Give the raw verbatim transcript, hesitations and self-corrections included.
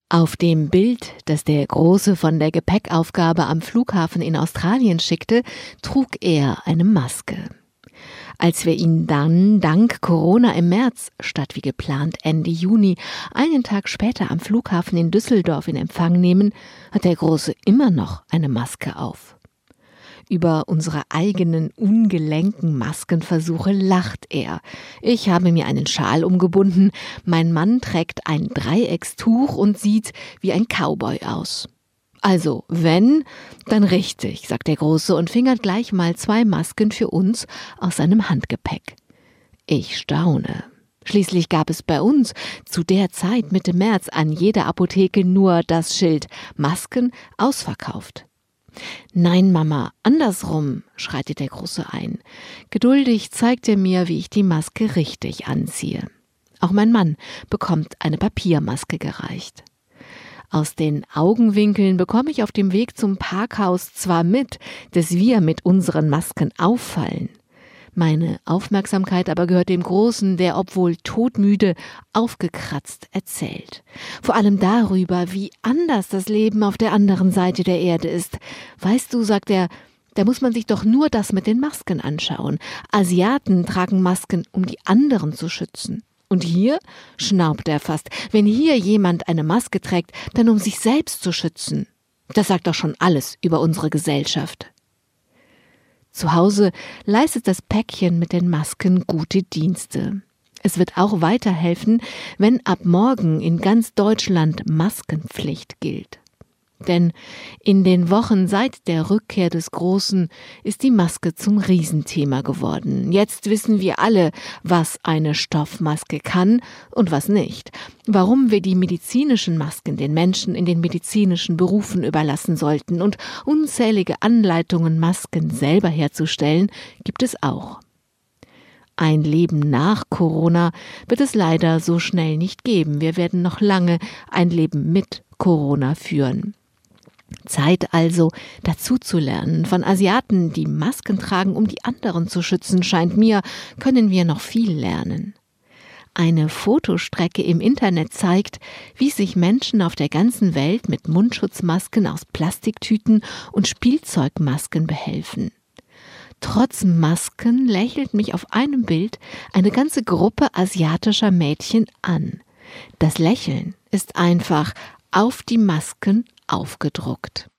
Auf dem Bild, das der Große von der Gepäckaufgabe am Flughafen in Australien schickte, trug er eine Maske. Als wir ihn dann, dank Corona im März, statt wie geplant Ende Juni, einen Tag später am Flughafen in Düsseldorf in Empfang nehmen, hat der Große immer noch eine Maske auf. Über unsere eigenen ungelenken Maskenversuche lacht er. Ich habe mir einen Schal umgebunden, mein Mann trägt ein Dreieckstuch und sieht wie ein Cowboy aus. Also, wenn, dann richtig, sagt der Große und fingert gleich mal zwei Masken für uns aus seinem Handgepäck. Ich staune. Schließlich gab es bei uns zu der Zeit Mitte März an jeder Apotheke nur das Schild Masken ausverkauft. »Nein, Mama, andersrum«, schreitet der Große ein. Geduldig zeigt er mir, wie ich die Maske richtig anziehe. Auch mein Mann bekommt eine Papiermaske gereicht. Aus den Augenwinkeln bekomme ich auf dem Weg zum Parkhaus zwar mit, dass wir mit unseren Masken auffallen. Meine Aufmerksamkeit aber gehört dem Großen, der, obwohl todmüde, aufgekratzt erzählt. Vor allem darüber, wie anders das Leben auf der anderen Seite der Erde ist. Weißt du, sagt er, da muss man sich doch nur das mit den Masken anschauen. Asiaten tragen Masken, um die anderen zu schützen. Und hier, schnaubt er fast, wenn hier jemand eine Maske trägt, dann um sich selbst zu schützen. Das sagt doch schon alles über unsere Gesellschaft. Zu Hause leistet das Päckchen mit den Masken gute Dienste. Es wird auch weiterhelfen, wenn ab morgen in ganz Deutschland Maskenpflicht gilt. Denn in den Wochen seit der Rückkehr des Großen ist die Maske zum Riesenthema geworden. Jetzt wissen wir alle, was eine Stoffmaske kann und was nicht. Warum wir die medizinischen Masken den Menschen in den medizinischen Berufen überlassen sollten und unzählige Anleitungen, Masken selber herzustellen, gibt es auch. Ein Leben nach Corona wird es leider so schnell nicht geben. Wir werden noch lange ein Leben mit Corona führen. Zeit also, dazuzulernen. Von Asiaten, die Masken tragen, um die anderen zu schützen, scheint mir, können wir noch viel lernen. Eine Fotostrecke im Internet zeigt, wie sich Menschen auf der ganzen Welt mit Mundschutzmasken aus Plastiktüten und Spielzeugmasken behelfen. Trotz Masken lächelt mich auf einem Bild eine ganze Gruppe asiatischer Mädchen an. Das Lächeln ist einfach auf die Masken aufgedruckt.